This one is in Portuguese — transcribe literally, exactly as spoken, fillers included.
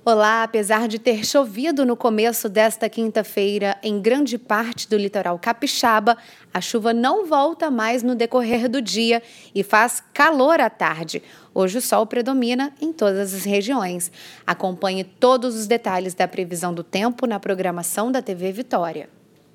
Olá, apesar de ter chovido no começo desta quinta-feira em grande parte do litoral capixaba, a chuva não volta mais no decorrer do dia e faz calor à tarde. Hoje o sol predomina em todas as regiões. Acompanhe todos os detalhes da previsão do tempo na programação da T V Vitória.